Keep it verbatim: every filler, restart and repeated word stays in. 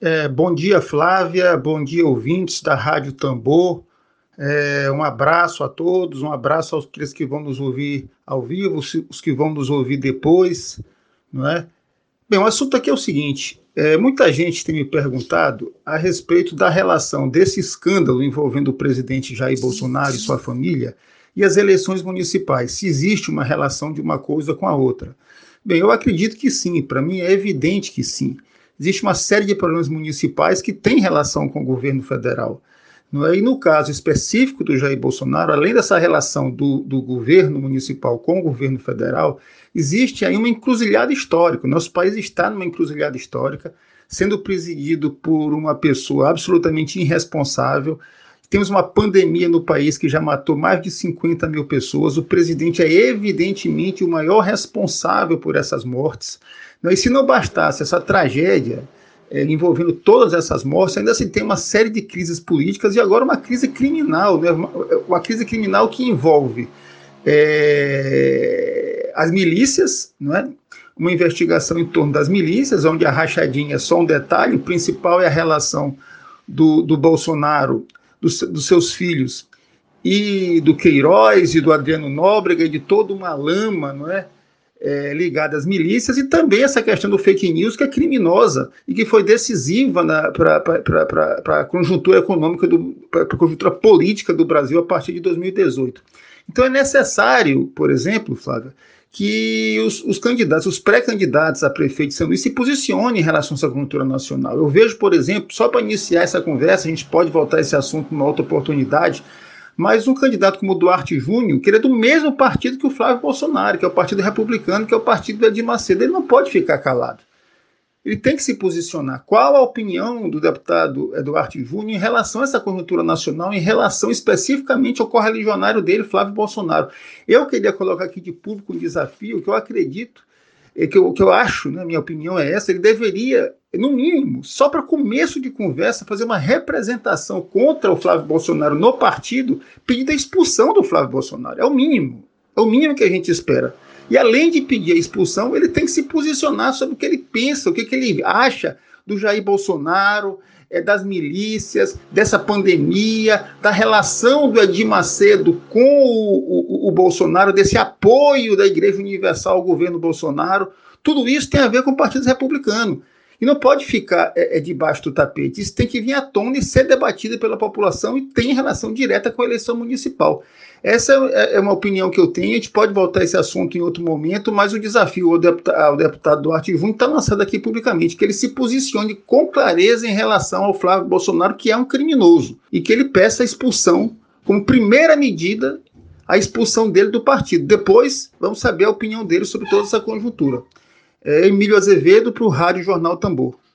É, bom dia, Flávia, bom dia, ouvintes da Rádio Tambor. É, um abraço a todos, um abraço aos que vão nos ouvir ao vivo, os que vão nos ouvir depois, não é? Bem, o assunto aqui é o seguinte: é, muita gente tem me perguntado a respeito da relação desse escândalo envolvendo o presidente Jair Bolsonaro e sua família e as eleições municipais, se existe uma relação de uma coisa com a outra. Bem, eu acredito que sim, para mim é evidente que sim. Existe uma série de problemas municipais que têm relação com o governo federal. Não é? E no caso específico do Jair Bolsonaro, além dessa relação do, do governo municipal com o governo federal, existe aí uma encruzilhada histórica. O nosso país está numa encruzilhada histórica, sendo presidido por uma pessoa absolutamente irresponsável. Temos uma pandemia no país que já matou mais de cinquenta mil pessoas. O presidente é evidentemente o maior responsável por essas mortes. E se não bastasse essa tragédia é, envolvendo todas essas mortes, ainda se tem uma série de crises políticas e agora uma crise criminal, né? uma, uma crise criminal que envolve é, as milícias, não é? Uma investigação em torno das milícias, onde a rachadinha é só um detalhe, o principal é a relação do, do Bolsonaro, dos, dos seus filhos, e do Queiroz, e do Adriano Nóbrega, e de toda uma lama, não é? É, ligada às milícias, e também essa questão do fake news, que é criminosa e que foi decisiva para a conjuntura econômica, para a conjuntura política do Brasil a partir de dois mil e dezoito. Então é necessário, por exemplo, Flávia, que os, os candidatos, os pré-candidatos a prefeito de São Luís se posicionem em relação a essa conjuntura nacional. Eu vejo, por exemplo, só para iniciar essa conversa, a gente pode voltar a esse assunto numa outra oportunidade, mas um candidato como o Duarte Júnior, que ele é do mesmo partido que o Flávio Bolsonaro, que é o Partido Republicano, que é o partido do Edir Macedo, ele não pode ficar calado. Ele tem que se posicionar. Qual a opinião do deputado Duarte Júnior em relação a essa conjuntura nacional, em relação especificamente ao correligionário dele, Flávio Bolsonaro? Eu queria colocar aqui de público um desafio que eu acredito, que eu, que eu acho, né, minha opinião é essa, ele deveria, no mínimo, só para começo de conversa, fazer uma representação contra o Flávio Bolsonaro no partido, pedindo a expulsão do Flávio Bolsonaro. É o mínimo. É o mínimo que a gente espera. E além de pedir a expulsão, ele tem que se posicionar sobre o que ele pensa, o que, que ele acha do Jair Bolsonaro, é, das milícias, dessa pandemia, da relação do Edir Macedo com o, o, o Bolsonaro, desse apoio da Igreja Universal ao governo Bolsonaro. Tudo isso tem a ver com o Partido Republicano. E não pode ficar é, é, debaixo do tapete. Isso tem que vir à tona e ser debatido pela população e tem relação direta com a eleição municipal. Essa é uma opinião que eu tenho, a gente pode voltar a esse assunto em outro momento, mas o desafio ao deputado, ao deputado Duarte Júnior está lançado aqui publicamente, que ele se posicione com clareza em relação ao Flávio Bolsonaro, que é um criminoso, e que ele peça a expulsão, como primeira medida, a expulsão dele do partido. Depois, vamos saber a opinião dele sobre toda essa conjuntura. É Emílio Azevedo para o Rádio Jornal Tambor.